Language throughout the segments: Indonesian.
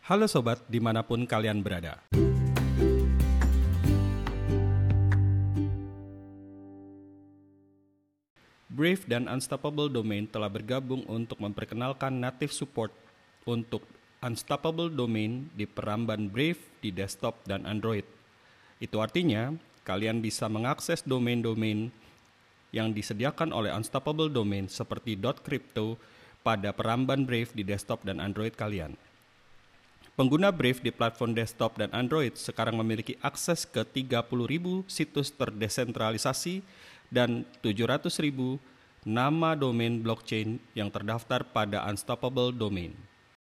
Halo sobat, dimanapun kalian berada. Brave dan Unstoppable Domain telah bergabung untuk memperkenalkan native support untuk Unstoppable Domain di peramban Brave di desktop dan Android. Itu artinya, kalian bisa mengakses domain-domain yang disediakan oleh Unstoppable Domain seperti .crypto pada peramban Brave di desktop dan Android kalian. Pengguna Brave di platform desktop dan Android sekarang memiliki akses ke 30.000 situs terdesentralisasi dan 700.000 nama domain blockchain yang terdaftar pada Unstoppable Domain.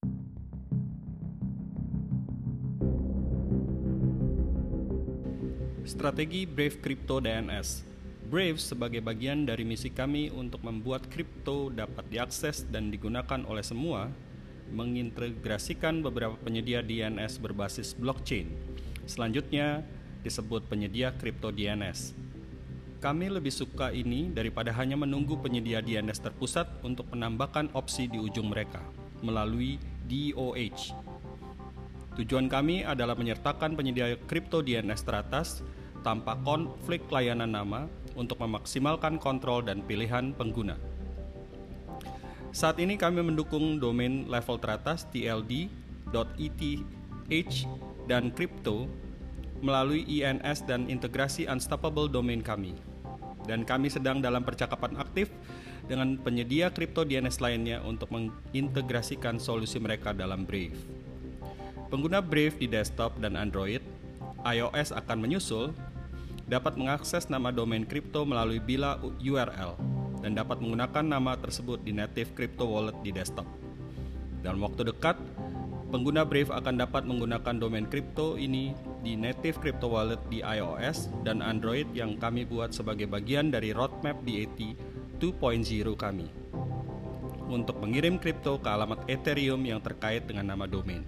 Strategi Brave Crypto DNS. Brave sebagai bagian dari misi kami untuk membuat kripto dapat diakses dan digunakan oleh semua, mengintegrasikan beberapa penyedia DNS berbasis blockchain. Selanjutnya disebut penyedia kripto DNS. Kami lebih suka ini daripada hanya menunggu penyedia DNS terpusat untuk menambahkan opsi di ujung mereka melalui DOH. Tujuan kami adalah menyertakan penyedia kripto DNS teratas tanpa konflik layanan nama untuk memaksimalkan kontrol dan pilihan pengguna. Saat ini kami mendukung domain level teratas TLD, .eth, dan crypto melalui INS dan integrasi Unstoppable Domain kami. Dan kami sedang dalam percakapan aktif dengan penyedia crypto DNS lainnya untuk mengintegrasikan solusi mereka dalam Brave. Pengguna Brave di desktop dan Android, iOS akan menyusul, dapat mengakses nama domain kripto melalui bila URL dan dapat menggunakan nama tersebut di native crypto wallet di desktop. Dalam waktu dekat, pengguna Brave akan dapat menggunakan domain kripto ini di native crypto wallet di iOS dan Android yang kami buat sebagai bagian dari roadmap DAT 2.0 kami untuk mengirim kripto ke alamat Ethereum yang terkait dengan nama domain.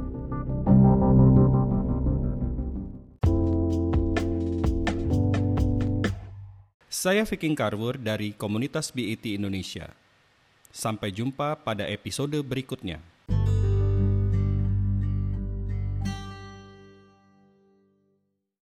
Saya Viking Carver dari komunitas BET Indonesia. Sampai jumpa pada episode berikutnya.